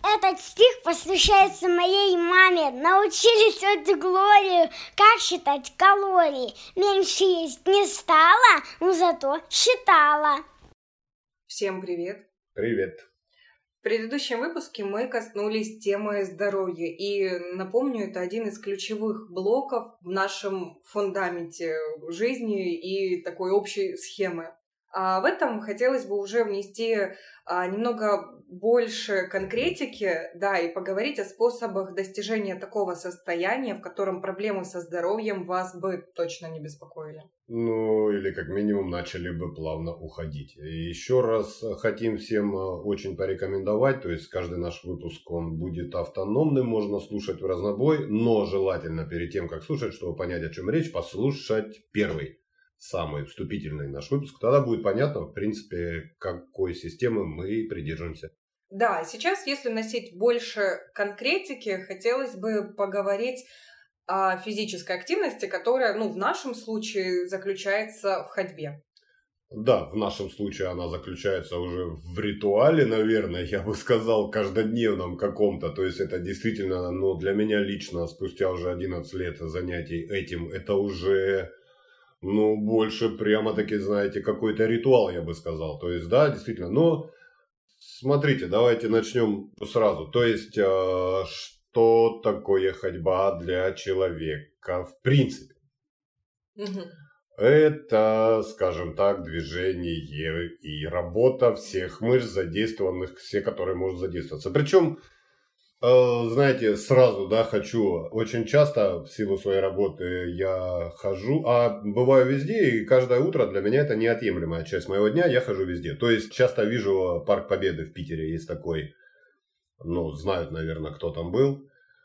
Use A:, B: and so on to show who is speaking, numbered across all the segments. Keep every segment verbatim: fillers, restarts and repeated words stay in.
A: Этот стих посвящается моей маме. Научили тетю Глорию, как считать калории. Меньше есть не стала, но зато считала.
B: Всем привет.
C: Привет.
B: В предыдущем выпуске мы коснулись темы здоровья. И напомню, это один из ключевых блоков в нашем фундаменте жизни и такой общей схемы. А в этом хотелось бы уже внести а, немного больше конкретики, да, и поговорить о способах достижения такого состояния, в котором проблемы со здоровьем вас бы точно не беспокоили.
C: Ну, или как минимум начали бы плавно уходить. И еще раз хотим всем очень порекомендовать, то есть каждый наш выпуск, он будет автономным, можно слушать в разнобой, но желательно перед тем, как слушать, чтобы понять, о чем речь, послушать первый. Самый вступительный наш выпуск, тогда будет понятно, в принципе, какой системы мы придерживаемся.
B: Да, сейчас, если носить больше конкретики, хотелось бы поговорить о физической активности, которая, ну, в нашем случае заключается в ходьбе.
C: Да, в нашем случае она заключается уже в ритуале, наверное, я бы сказал, каждодневном каком-то. То есть это действительно, ну, для меня лично, спустя уже одиннадцать лет занятий этим, это уже... Ну, больше прямо-таки, знаете, какой-то ритуал, я бы сказал. То есть, да, действительно. Но, смотрите, давайте начнем сразу. То есть, э, что такое ходьба для человека в принципе?
B: Угу.
C: Это, скажем так, движение и работа всех мышц, задействованных, все, которые могут задействоваться. Причем... Знаете, сразу, да, хочу, очень часто в силу своей работы я хожу, а бываю везде, и каждое утро для меня это неотъемлемая часть моего дня, я хожу везде. То есть, часто вижу Парк Победы в Питере, есть такой, ну, знают, наверное, кто там был.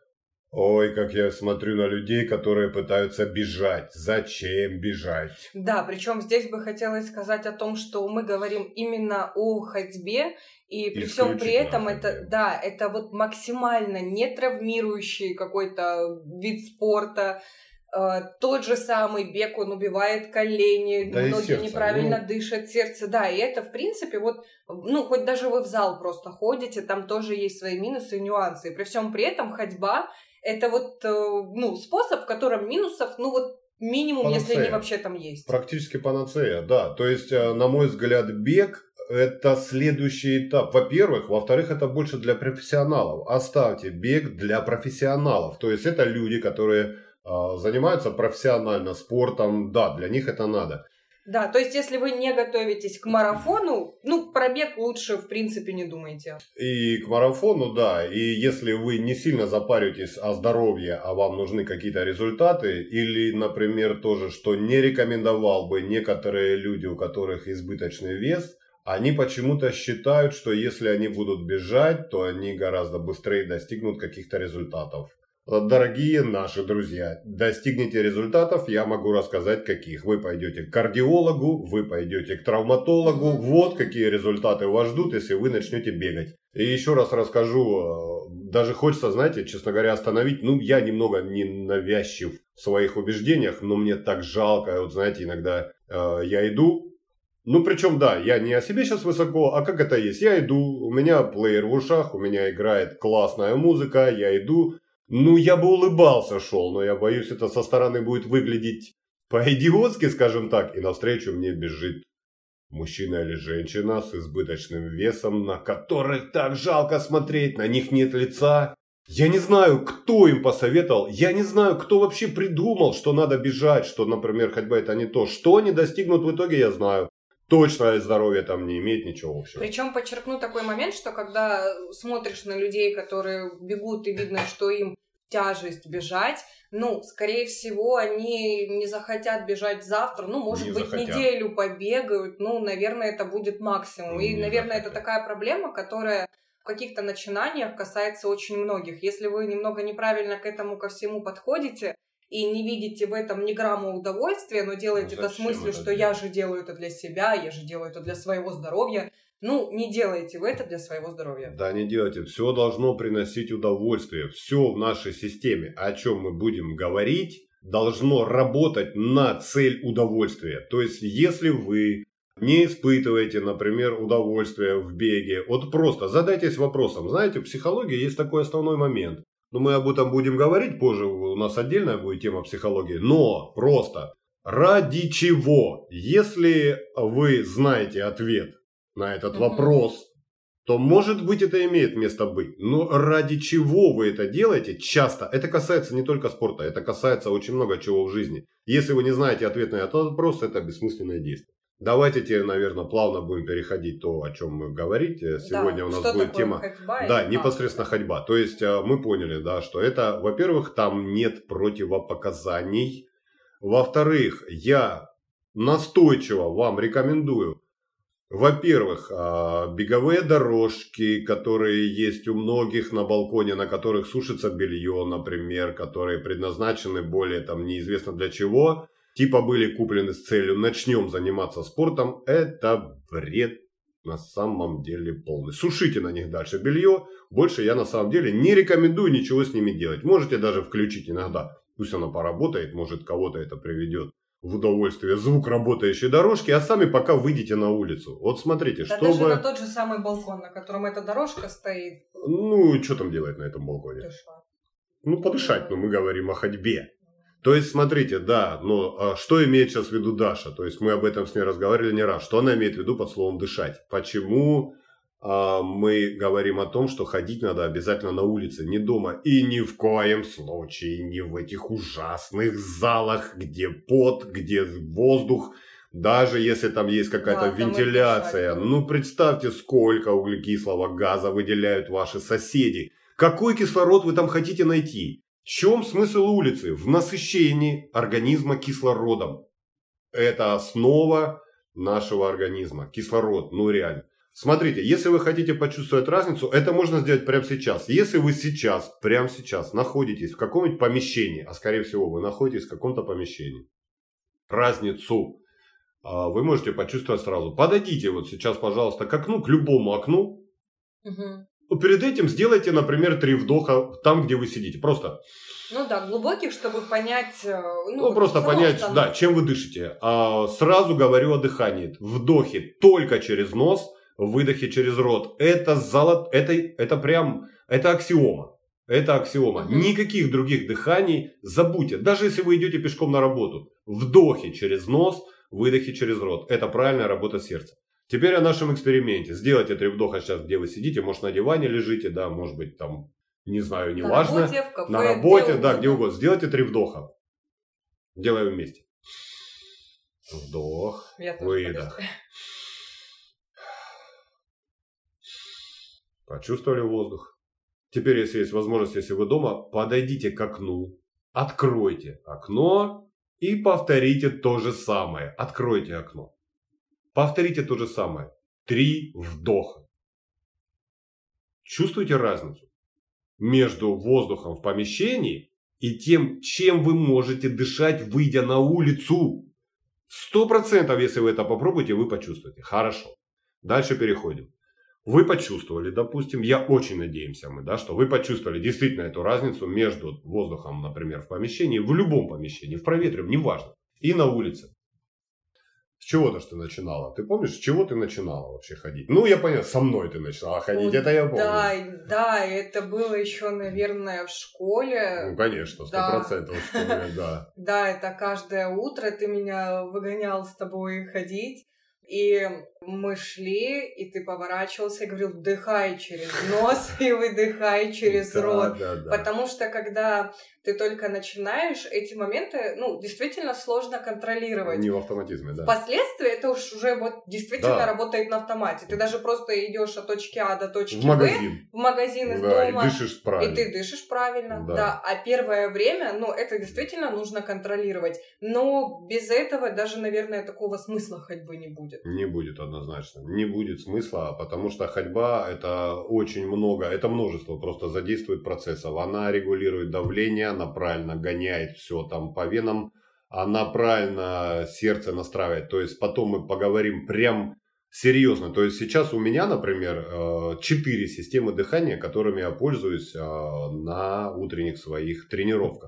C: Ой, как я смотрю на людей, которые пытаются бежать. Зачем бежать?
B: Да, причем здесь бы хотелось сказать о том, что мы говорим именно о ходьбе, и при всем при этом это, да, это вот максимально не травмирующий какой-то вид спорта. Э, тот же самый бег, он убивает колени,
C: да,
B: многие неправильно
C: ну...
B: дышат, сердце, да, и это в принципе вот, ну, хоть даже вы в зал просто ходите, там тоже есть свои минусы и нюансы, и при всем при этом ходьба это вот, ну, способ, в котором минусов, ну, вот, минимум, панацея. Если они вообще там есть.
C: Практически панацея, да. То есть, на мой взгляд, бег – это следующий этап. Во-первых. Во-вторых, это больше для профессионалов. Оставьте бег для профессионалов. То есть, это люди, которые а, занимаются профессионально спортом. Да, для них это надо.
B: Да, то есть, если вы не готовитесь к марафону, ну, про бег лучше, в принципе, не думайте.
C: И к марафону, да. И если вы не сильно запариваетесь о здоровье, а вам нужны какие-то результаты, или, например, тоже, что не рекомендовал бы некоторые люди, у которых избыточный вес, они почему-то считают, что если они будут бежать, то они гораздо быстрее достигнут каких-то результатов. Дорогие наши друзья, достигнете результатов, я могу рассказать каких. Вы пойдете к кардиологу, вы пойдете к травматологу. Вот какие результаты вас ждут, если вы начнете бегать. И еще раз расскажу, даже хочется, знаете, честно говоря, остановить. Ну, я немного не навязчив в своих убеждениях, но мне так жалко. Вот знаете, иногда э, я иду. Ну, причем, да, я не о себе сейчас высоко, а как это есть. Я иду, у меня плеер в ушах, у меня играет классная музыка, я иду. Ну, я бы улыбался шел, но я боюсь, это со стороны будет выглядеть по-идиотски, скажем так. И навстречу мне бежит мужчина или женщина с избыточным весом, на которых так жалко смотреть, на них нет лица. Я не знаю, кто им посоветовал, я не знаю, кто вообще придумал, что надо бежать, что, например, ходьба это не то. Что они достигнут в итоге, я знаю. Точное здоровье там не имеет ничего общего.
B: Причем подчеркну такой момент, что когда смотришь на людей, которые бегут, и видно, что им тяжесть бежать, ну, скорее всего, они не захотят бежать завтра, ну, может
C: не
B: быть,
C: захотят.
B: Неделю побегают, ну, наверное, это будет максимум. И,
C: не
B: наверное,
C: захотят.
B: Это такая проблема, которая в каких-то начинаниях касается очень многих. Если вы немного неправильно к этому ко всему подходите, и не видите в этом ни грамма удовольствия, но делаете
C: ну,
B: это с мыслью,
C: это
B: что
C: делать?
B: я же делаю это для себя, я же делаю это для своего здоровья. Ну, не делайте вы это для своего здоровья.
C: Да, не делайте. Все должно приносить удовольствие. Все в нашей системе, о чем мы будем говорить, должно работать на цель удовольствия. То есть, если вы не испытываете, например, удовольствия в беге. Вот просто задайтесь вопросом. Знаете, в психологии есть такой основной момент. Но мы об этом будем говорить позже, у нас отдельная будет тема психологии. Но просто ради чего? Если вы знаете ответ на этот mm-hmm. вопрос, то, может быть, это имеет место быть. Но ради чего вы это делаете часто? Это касается не только спорта, это касается очень много чего в жизни. Если вы не знаете ответ на этот вопрос, это бессмысленное действие. Давайте теперь, наверное, плавно будем переходить то, о чем мы говорить. Сегодня
B: да,
C: у нас будет тема
B: ходьба,
C: да, непосредственно ходьба. То есть мы поняли, да, что это, во-первых, там нет противопоказаний. Во-вторых, я настойчиво вам рекомендую, во-первых, беговые дорожки, которые есть у многих на балконе, на которых сушится белье, например, которые предназначены более там неизвестно для чего. Типа были куплены с целью начнем заниматься спортом. Это бред на самом деле полный. Сушите на них дальше белье. Больше я на самом деле не рекомендую ничего с ними делать. Можете даже включить иногда. Пусть она поработает, может кого-то это приведет в удовольствие. Звук работающей дорожки. А сами пока выйдите на улицу. Вот смотрите,
B: да
C: чтобы...
B: даже на тот же самый балкон, на котором эта дорожка стоит.
C: Ну, что там делать на этом балконе?
B: Дышать.
C: Ну, подышать, но мы говорим о ходьбе. То есть, смотрите, да, но а что имеет сейчас в виду Даша? То есть, мы об этом с ней разговаривали не раз. Что она имеет в виду под словом «дышать»? Почему а, мы говорим о том, что ходить надо обязательно на улице, не дома? И ни в коем случае не в этих ужасных залах, где пот, где воздух. Даже если там есть какая-то
B: да,
C: вентиляция. Ну, представьте, сколько углекислого газа выделяют ваши соседи. Какой кислород вы там хотите найти? В чем смысл улицы? В насыщении организма кислородом. Это основа нашего организма. Кислород, ну реально. Смотрите, если вы хотите почувствовать разницу, это можно сделать прямо сейчас. Если вы сейчас, прямо сейчас находитесь в каком-нибудь помещении, а скорее всего вы находитесь в каком-то помещении, разницу вы можете почувствовать сразу. Подойдите вот сейчас, пожалуйста, к окну, к любому окну.
B: Угу.
C: Перед этим сделайте, например, три вдоха там, где вы сидите. Просто.
B: Ну да, глубоких, чтобы понять. Ну,
C: ну просто понять, становится. Да, чем вы дышите. А, сразу говорю о дыхании. Вдохи только через нос, выдохи через рот. Это золот, это, это прям, это аксиома. Это аксиома. Угу. Никаких других дыханий забудьте. Даже если вы идете пешком на работу. Вдохи через нос, выдохи через рот. Это правильная работа сердца. Теперь о нашем эксперименте. Сделайте три вдоха сейчас, где вы сидите. Может, на диване лежите, да, может быть, там, не знаю, неважно.
B: На работе, в кафе,
C: на работе,
B: где
C: да, где угодно. Сделайте три вдоха. Делаем вместе. Вдох, выдох. Почувствовали воздух. Теперь, если есть возможность, если вы дома, подойдите к окну. Откройте окно и повторите то же самое. Откройте окно. Повторите то же самое. Три вдоха. Чувствуете разницу между воздухом в помещении и тем, чем вы можете дышать, выйдя на улицу? Сто процентов, если вы это попробуете, вы почувствуете. Хорошо. Дальше переходим. Вы почувствовали, допустим, я очень надеемся мы, да, что вы почувствовали действительно эту разницу между воздухом, например, в помещении, в любом помещении, в проветриваемом, неважно, и на улице. С чего-то ж ты начинала? Ты помнишь, с чего ты начинала вообще ходить? Ну, я понял, со мной ты начинала ходить, ну, это я помню.
B: Да, да, это было еще, наверное, в школе.
C: Ну, конечно, сто процентов в школе, да.
B: Да, это каждое утро ты меня выгонял с тобой ходить. И мы шли, и ты поворачивался и говорил, вдыхай через нос и выдыхай через
C: да,
B: рот.
C: Да, да.
B: Потому что, когда ты только начинаешь, эти моменты, ну, действительно сложно контролировать.
C: Не в автоматизме, да.
B: Впоследствии это уж уже вот действительно
C: да.
B: работает на автомате. Ты даже просто идешь от точки А до точки
C: в магазин.
B: Б, в магазин из
C: да,
B: дома.
C: И дышишь правильно.
B: И ты дышишь правильно,
C: да.
B: да. А первое время, ну, это действительно нужно контролировать. Но без этого даже, наверное, такого смысла ходьбы не будет.
C: Не будет однозначно. Не будет смысла, потому что ходьба это очень много, это множество просто задействует процессов. Она регулирует давление, она правильно гоняет все там по венам, она правильно сердце настраивает. То есть потом мы поговорим прям серьезно. То есть сейчас у меня, например, четыре системы дыхания, которыми я пользуюсь на утренних своих тренировках.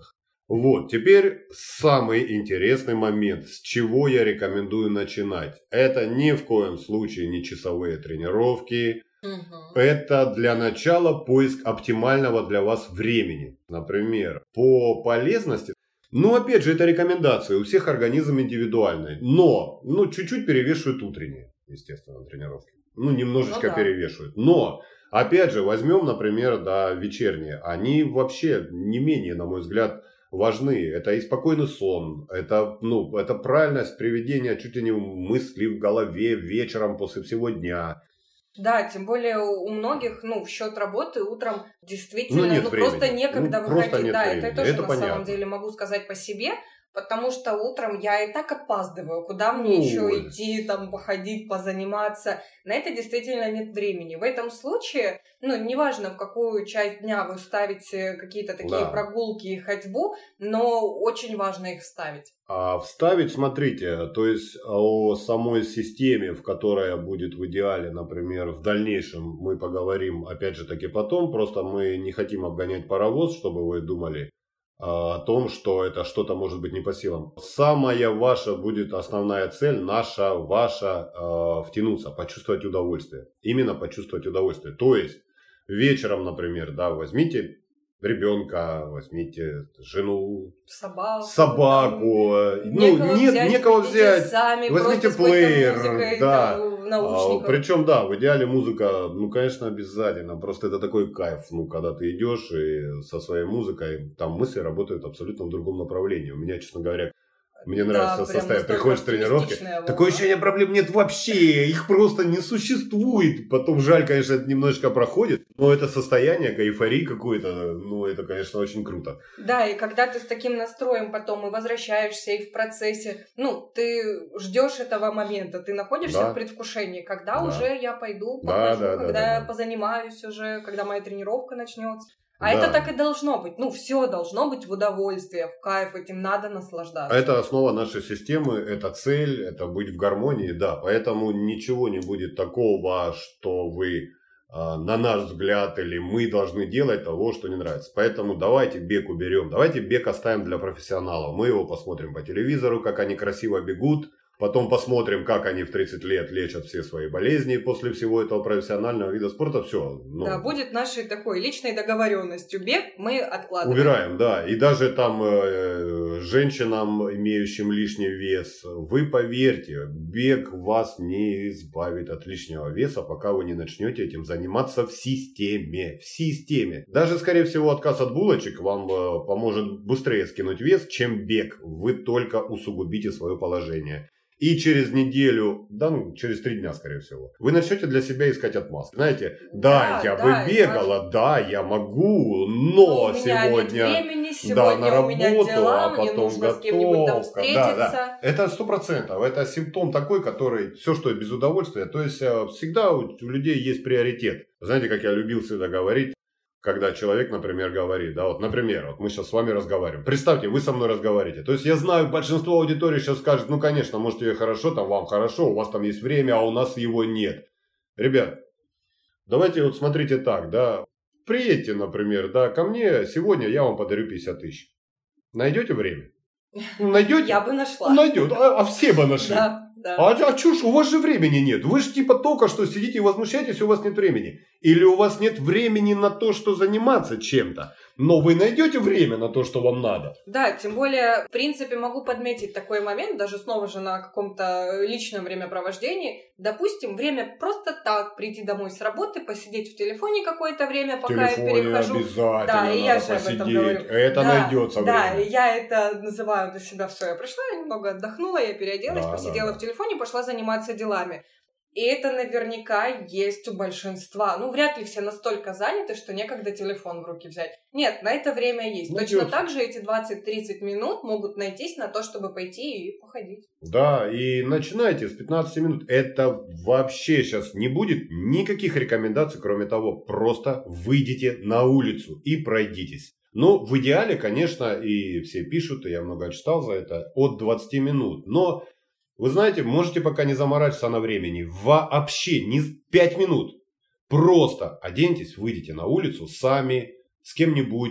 C: Вот, теперь самый интересный момент, с чего я рекомендую начинать. Это ни в коем случае не часовые тренировки.
B: Угу.
C: Это для начала поиск оптимального для вас времени. Например, по полезности. Ну, опять же, это рекомендации. У всех организм индивидуальный. Но, ну, чуть-чуть перевешивают утренние, естественно, тренировки. Ну, немножечко
B: Ну, да.
C: перевешивают. Но, опять же, возьмем, например, да, вечерние. Они вообще не менее, на мой взгляд, важны. Это и спокойный сон, это, ну, это правильность приведения чуть ли не мыслей в голове вечером после всего дня.
B: Да, тем более у многих, ну, в счет работы утром действительно,
C: Ну, нет
B: ну,
C: времени.
B: просто некогда
C: Ну,
B: выходить.
C: просто нет
B: Да,
C: времени.
B: это я тоже
C: Это
B: на
C: понятно.
B: самом деле могу сказать по себе, потому что утром я и так опаздываю. Куда мне
C: Ну,
B: еще идти, там, походить, позаниматься? На это действительно нет времени. В этом случае, ну, неважно, в какую часть дня вы ставите какие-то такие
C: Да.
B: прогулки и ходьбу, но очень важно их ставить.
C: А вставить, смотрите, то есть о самой системе, в которой будет в идеале, например, в дальнейшем мы поговорим, опять же таки потом, просто мы не хотим обгонять паровоз, чтобы вы думали а, о том, что это что-то может быть не по силам. Самая ваша будет основная цель, наша, ваша, э, втянуться, почувствовать удовольствие. Именно почувствовать удовольствие. То есть вечером, например, да, возьмите ребенка, возьмите жену,
B: Собаку.
C: собаку,
B: там,
C: ну,
B: некого
C: нет,
B: взять,
C: некого
B: идите
C: взять.
B: сами,
C: возьмите
B: просто с какой-то
C: плеер,
B: музыкой,
C: да.
B: там, в
C: А,
B: наушниках.
C: причем, да, в идеале музыка, ну, конечно, обязательно. Просто это такой кайф, ну, когда ты идешь и со своей музыкой, там мысли работают абсолютно в другом направлении. У меня, честно говоря, мне нравится
B: Да, прям
C: состояние.
B: настолько
C: Приходишь с тренировки,
B: оптимистичная волна.
C: такое ощущение, проблем нет вообще, их просто не существует. Потом жаль, конечно, это немножечко проходит, но это состояние, эйфории какой-то, ну, это, конечно, очень круто.
B: Да, и когда ты с таким настроем потом и возвращаешься, и в процессе, ну, ты ждешь этого момента, ты находишься
C: Да.
B: в предвкушении, когда
C: Да.
B: уже я пойду,
C: Да,
B: похожу,
C: да, да,
B: когда
C: да,
B: я
C: да.
B: позанимаюсь уже, когда моя тренировка начнется. А
C: Да.
B: это так и должно быть. Ну, все должно быть в удовольствие, в кайф, этим надо наслаждаться.
C: Это основа нашей системы, это цель, это быть в гармонии, да. Поэтому ничего не будет такого, что вы, на наш взгляд, или мы должны делать того, что не нравится. Поэтому давайте бег уберем, давайте бег оставим для профессионалов. Мы его посмотрим по телевизору, как они красиво бегут. Потом посмотрим, как они в тридцать лет лечат все свои болезни после всего этого профессионального вида спорта. Все. Ну,
B: Да, будет нашей такой личной договоренностью. Бег мы откладываем.
C: убираем, да. И даже там э, женщинам, имеющим лишний вес, вы поверьте, бег вас не избавит от лишнего веса, пока вы не начнете этим заниматься в системе. В системе. Даже, скорее всего, отказ от булочек вам э, поможет быстрее скинуть вес, чем бег. Вы только усугубите свое положение. И через неделю, да, ну, через три дня, скорее всего, вы начнете для себя искать отмазки. Знаете, да,
B: Да,
C: я
B: да,
C: бы
B: и
C: бегала, да, я могу,
B: Ну,
C: но
B: у меня
C: сегодня...
B: нет времени,
C: Да,
B: сегодня
C: на
B: у меня
C: работу,
B: дела,
C: а
B: мне
C: потом
B: нужно с кем-нибудь там
C: готовка.
B: встретиться.
C: Да, да. Это сто процентов. Это симптом такой, который все, что без удовольствия. То есть э, всегда у у людей есть приоритет. Знаете, как я любил всегда говорить, когда человек, например, говорит, да, вот, например, вот мы сейчас с вами разговариваем. Представьте, вы со мной разговариваете. То есть я знаю, большинство аудитории сейчас скажет, ну, конечно, может, тебе хорошо, там, вам хорошо, у вас там есть время, а у нас его нет. Ребят, давайте вот смотрите так, да. Приедьте, например, да, ко мне сегодня, я вам подарю пятьдесят тысяч. Найдете время? Ну, найдете?
B: Я бы нашла.
C: Найдет. А, а все бы нашли.
B: Да, да.
C: А, а чё ж, у вас же времени нет. Вы же типа только что сидите и возмущаетесь, у вас нет времени. Или у вас нет времени на то, что заниматься чем-то. Но вы найдете время на то, что вам надо.
B: Да, тем более, в принципе, могу подметить такой момент, даже снова же на каком-то личном времяпровождении. Допустим, время просто так прийти домой с работы, посидеть в телефоне какое-то время,
C: В
B: пока я
C: телефоне
B: перехожу.
C: обязательно
B: Да, и
C: надо
B: я же об этом
C: посидеть.
B: говорю.
C: Это
B: Да,
C: найдется
B: Да,
C: время.
B: и я это называю для себя все. Я пришла, я немного отдохнула, я переоделась,
C: Да,
B: посидела
C: да, да.
B: в телефоне, пошла заниматься делами. И это наверняка есть у большинства. Ну, вряд ли все настолько заняты, что некогда телефон в руки взять. Нет, на это время есть.
C: Найдется.
B: Точно так же эти двадцать-тридцать минут могут найтись на то, чтобы пойти и походить.
C: Да, и начинайте с пятнадцати минут. Это вообще сейчас не будет никаких рекомендаций, кроме того, просто выйдите на улицу и пройдитесь. Ну, в идеале, конечно, и все пишут, и я много читал за это, от двадцати минут. Но, вы знаете, можете пока не заморачиваться на времени. Вообще, не пять минут. Просто оденьтесь, выйдите на улицу сами, с кем-нибудь.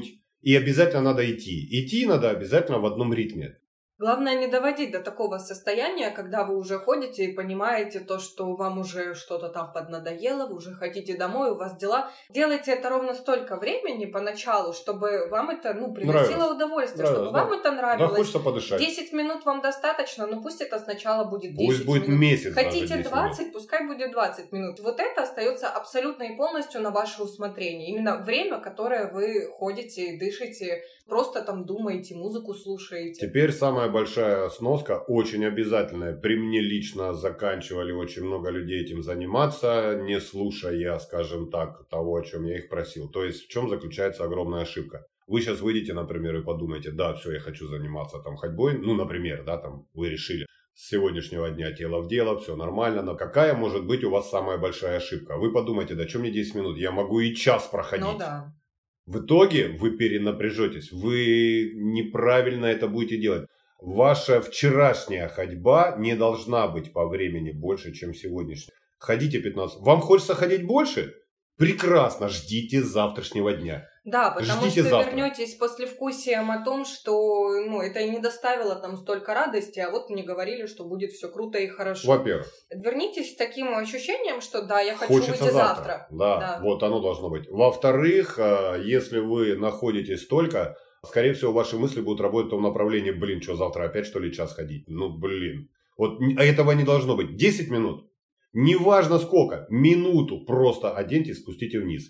C: И обязательно надо идти. Идти надо обязательно в одном ритме.
B: Главное не доводить до такого состояния, когда вы уже ходите и понимаете то, что вам уже что-то там поднадоело, вы уже хотите домой, у вас дела. Делайте это ровно столько времени поначалу, чтобы вам это ну, приносило нравилось. удовольствие, нравилось, чтобы да. вам это нравилось.
C: Да, хочется подышать.
B: десять минут вам достаточно, но пусть это сначала будет десять
C: пусть будет
B: минут.
C: месяц.
B: Хотите двадцать, пускай будет двадцать минут. Вот это остается абсолютно и полностью на ваше усмотрение. Именно время, которое вы ходите, дышите, просто там думаете, музыку слушаете.
C: Теперь самое большая сноска, очень обязательная. При мне лично заканчивали очень много людей этим заниматься, не слушая, скажем так, того, о чем я их просил. То есть в чем заключается огромная ошибка? Вы сейчас выйдете, например, и подумаете, да, все, я хочу заниматься там ходьбой. Ну, например, да, там вы решили с сегодняшнего дня тело в дело, все нормально. Но какая может быть у вас самая большая ошибка? Вы подумаете, да что мне десять минут, я могу и час проходить.
B: Ну да.
C: В итоге вы перенапряжетесь, вы неправильно это будете делать. Ваша вчерашняя ходьба не должна быть по времени больше, чем сегодняшняя. Ходите пятнадцать. Вам хочется ходить больше? Прекрасно, ждите завтрашнего дня.
B: Да, потому
C: ждите
B: что
C: завтра.
B: Вернетесь послевкусием о том, что ну, это и не доставило там столько радости, а вот мне говорили, что будет все круто и хорошо.
C: Во-первых.
B: Вернитесь с таким ощущением, что да, я хочу
C: Хочется
B: выйти
C: завтра.
B: завтра.
C: Да,
B: да,
C: вот оно должно быть. Во-вторых, если вы находитесь только, скорее всего, ваши мысли будут работать в том направлении, блин, что завтра опять что ли час ходить? Ну, блин. Вот а этого не должно быть. десять минут. Неважно сколько, минуту просто оденьте, спустите вниз.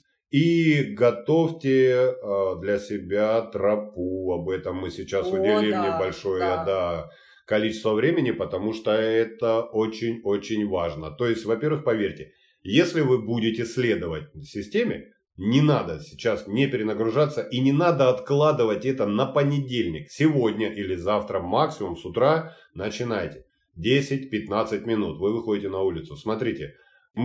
C: И готовьте э, для себя тропу. Об этом мы сейчас
B: О,
C: уделим
B: да,
C: небольшое
B: да.
C: Да, количество времени, потому что это очень-очень важно. То есть, во-первых, поверьте, если вы будете следовать системе, не надо сейчас не перенагружаться и не надо откладывать это на понедельник. Сегодня или завтра, максимум с утра начинайте. десять-пятнадцать минут. Вы выходите на улицу. Смотрите,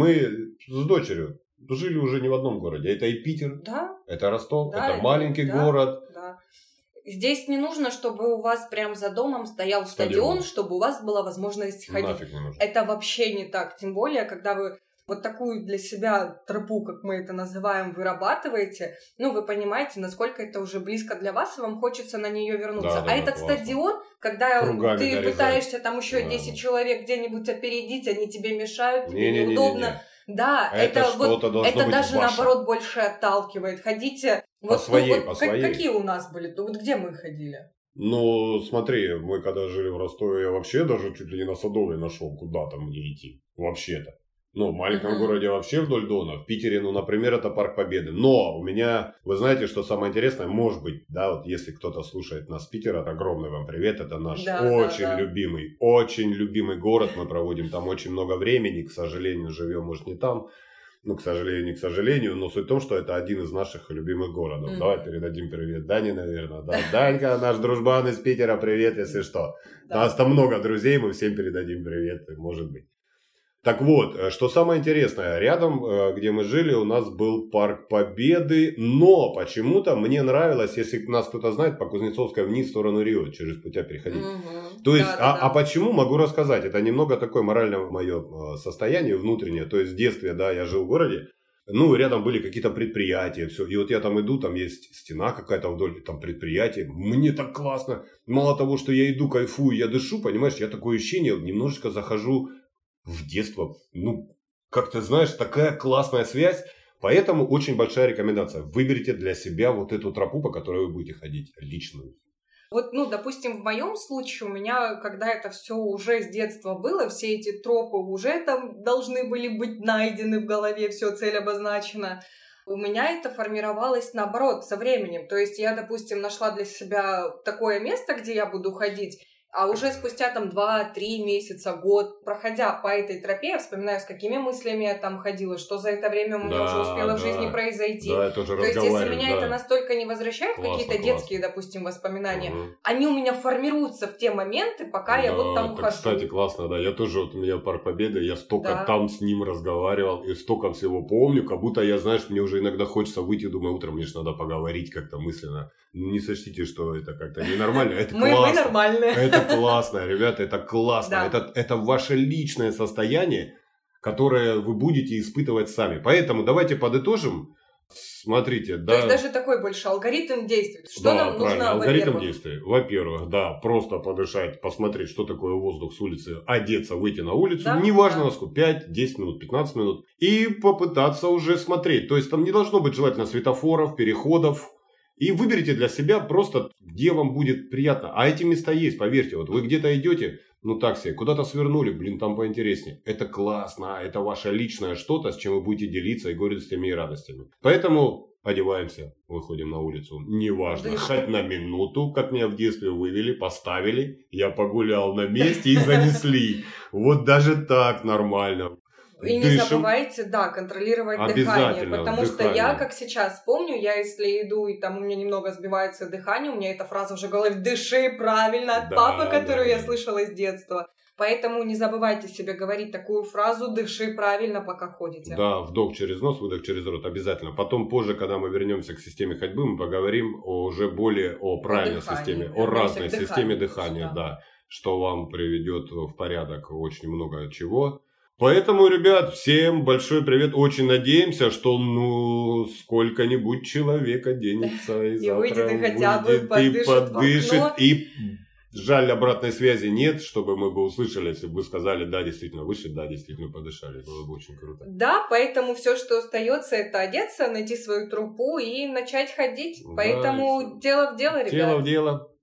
C: мы с дочерью жили уже не в одном городе. Это и Питер,
B: да?
C: это Ростов,
B: да,
C: это, это маленький
B: да,
C: город.
B: Да. Здесь не нужно, чтобы у вас прям за домом стоял стадион, стадион чтобы у вас была возможность ходить.
C: Нафиг не нужно.
B: Это вообще не так. Тем более, когда вы вот такую для себя тропу, как мы это называем, вырабатываете, ну, вы понимаете, насколько это уже близко для вас, и вам хочется на нее вернуться.
C: Да,
B: а
C: да,
B: этот
C: классно.
B: Стадион, когда
C: Кругами
B: ты
C: нарезать.
B: Пытаешься там еще
C: да.
B: десять человек где-нибудь опередить, они тебе мешают, тебе
C: не, не,
B: неудобно.
C: Не, не, не.
B: Да,
C: это,
B: это, вот, это даже
C: ваше.
B: наоборот больше отталкивает. Ходите.
C: По
B: вот,
C: своей,
B: ну, вот
C: по
B: как,
C: своей.
B: Какие у нас были? Вот где мы ходили?
C: Ну, смотри, мы когда жили в Ростове, я вообще даже чуть ли не на Садовой нашел, куда там мне идти. Вообще-то. Ну, в маленьком uh-huh. городе вообще вдоль Дона. В Питере, ну, например, это Парк Победы. Но у меня, вы знаете, что самое интересное? Может быть, да, вот если кто-то слушает нас с Питера, огромный вам привет. Это наш
B: да,
C: очень
B: да, да.
C: любимый, очень любимый город. Мы проводим там очень много времени. К сожалению, живем, может, не там. Ну, к сожалению, не к сожалению. Но суть в том, что это один из наших любимых городов. Mm-hmm. Давай передадим привет Дане, наверное. Да. Данька, наш дружбан из Питера, привет, если что. Да. У нас там много друзей, мы всем передадим привет, может быть. Так вот, что самое интересное, рядом, где мы жили, у нас был Парк Победы, но почему-то мне нравилось, если нас кто-то знает, по Кузнецовской вниз в сторону Рио, через Путя переходить. Угу. То есть, да, а, да, да. а почему, могу рассказать, это немного такое моральное мое состояние внутреннее, то есть в детстве, да, я жил в городе, ну, рядом были какие-то предприятия, все, и вот я там иду, там есть стена какая-то вдоль, там предприятие, мне так классно, мало того, что я иду, кайфую, я дышу, понимаешь, я такое ощущение, немножечко захожу в детство, ну, как ты знаешь, такая классная связь, поэтому очень большая рекомендация. Выберите для себя вот эту тропу, по которой вы будете ходить, личную.
B: Вот, ну, допустим, в моем случае у меня, когда это все уже с детства было, все эти тропы уже там должны были быть найдены в голове, все, цель обозначена. У меня это формировалось наоборот со временем. То есть я, допустим, нашла для себя такое место, где я буду ходить, а уже спустя там два-три месяца, год, проходя по этой тропе, я вспоминаю, с какими мыслями я там ходила, что за это время у меня да, уже успело да. в жизни произойти.
C: Да, я тоже
B: То есть, если меня
C: да.
B: это настолько не возвращает в какие-то классно. детские, допустим, воспоминания, угу. они у меня формируются в те моменты, пока да, я вот там
C: это,
B: хожу.
C: Кстати, классно, да. Я тоже, вот у меня Парк Победы, я столько
B: да.
C: там с ним разговаривал, и столько всего помню, как будто я, знаешь, мне уже иногда хочется выйти, думаю, утром мне же надо поговорить как-то мысленно. Не сочтите, что это как-то ненормально, это
B: мы,
C: классно.
B: Мы нормальные.
C: Это классно, ребята, это классно.
B: Да.
C: Это, это ваше личное состояние, которое вы будете испытывать сами. Поэтому давайте подытожим Смотрите,
B: То
C: да.
B: есть даже такой больше алгоритм действует. Что
C: Да,
B: нам
C: правильно.
B: нужно,
C: Алгоритм
B: во-первых?
C: действий. Во-первых, да, просто подышать, посмотреть, что такое воздух с улицы, одеться, выйти на улицу,
B: Да,
C: неважно
B: да.
C: насколько, пять, десять минут, пятнадцать минут, и попытаться уже смотреть. То есть там не должно быть желательно светофоров, переходов. И выберите для себя просто, где вам будет приятно. А эти места есть, поверьте. Вот вы где-то идете, ну так себе, куда-то свернули, блин, там поинтереснее. Это классно, это ваше личное что-то, с чем вы будете делиться и горестями, и радостями. Поэтому одеваемся, выходим на улицу. Неважно,
B: Да и-
C: хоть на минуту, как меня в детстве вывели, поставили, я погулял на месте и занесли. Вот даже так нормально.
B: И не
C: Дышим.
B: забывайте, да, контролировать дыхание,
C: Обязательно,
B: потому что
C: дыхание.
B: я, как сейчас помню, я если иду, и там у меня немного сбивается дыхание, у меня эта фраза уже в голове «дыши правильно» от
C: Да,
B: папы, которую
C: да,
B: я
C: да.
B: слышала с детства. Поэтому не забывайте себе говорить такую фразу «дыши правильно, пока ходите».
C: Да, вдох через нос, выдох через рот, обязательно. Потом позже, когда мы вернемся к системе ходьбы, мы поговорим о, уже более о правильной
B: дыхании,
C: системе, о
B: вернемся
C: разной
B: к дыханию
C: системе
B: тоже,
C: дыхания,
B: да.
C: да, что вам приведет в порядок очень много чего. Поэтому, ребят, всем большой привет. Очень надеемся, что ну сколько-нибудь человек оденется и,
B: И
C: завтра
B: выйдет, и хотя бы
C: выйдет, и
B: подышит в
C: подышит,
B: окно.
C: и жаль, обратной связи нет, чтобы мы бы услышали, если бы вы сказали, да, действительно вышли, да, действительно подышали. Было бы очень круто.
B: Да, поэтому все, что остается, это одеться, найти свою трупу и начать ходить.
C: Да,
B: Поэтому дело в дело, ребят.
C: Дело в дело.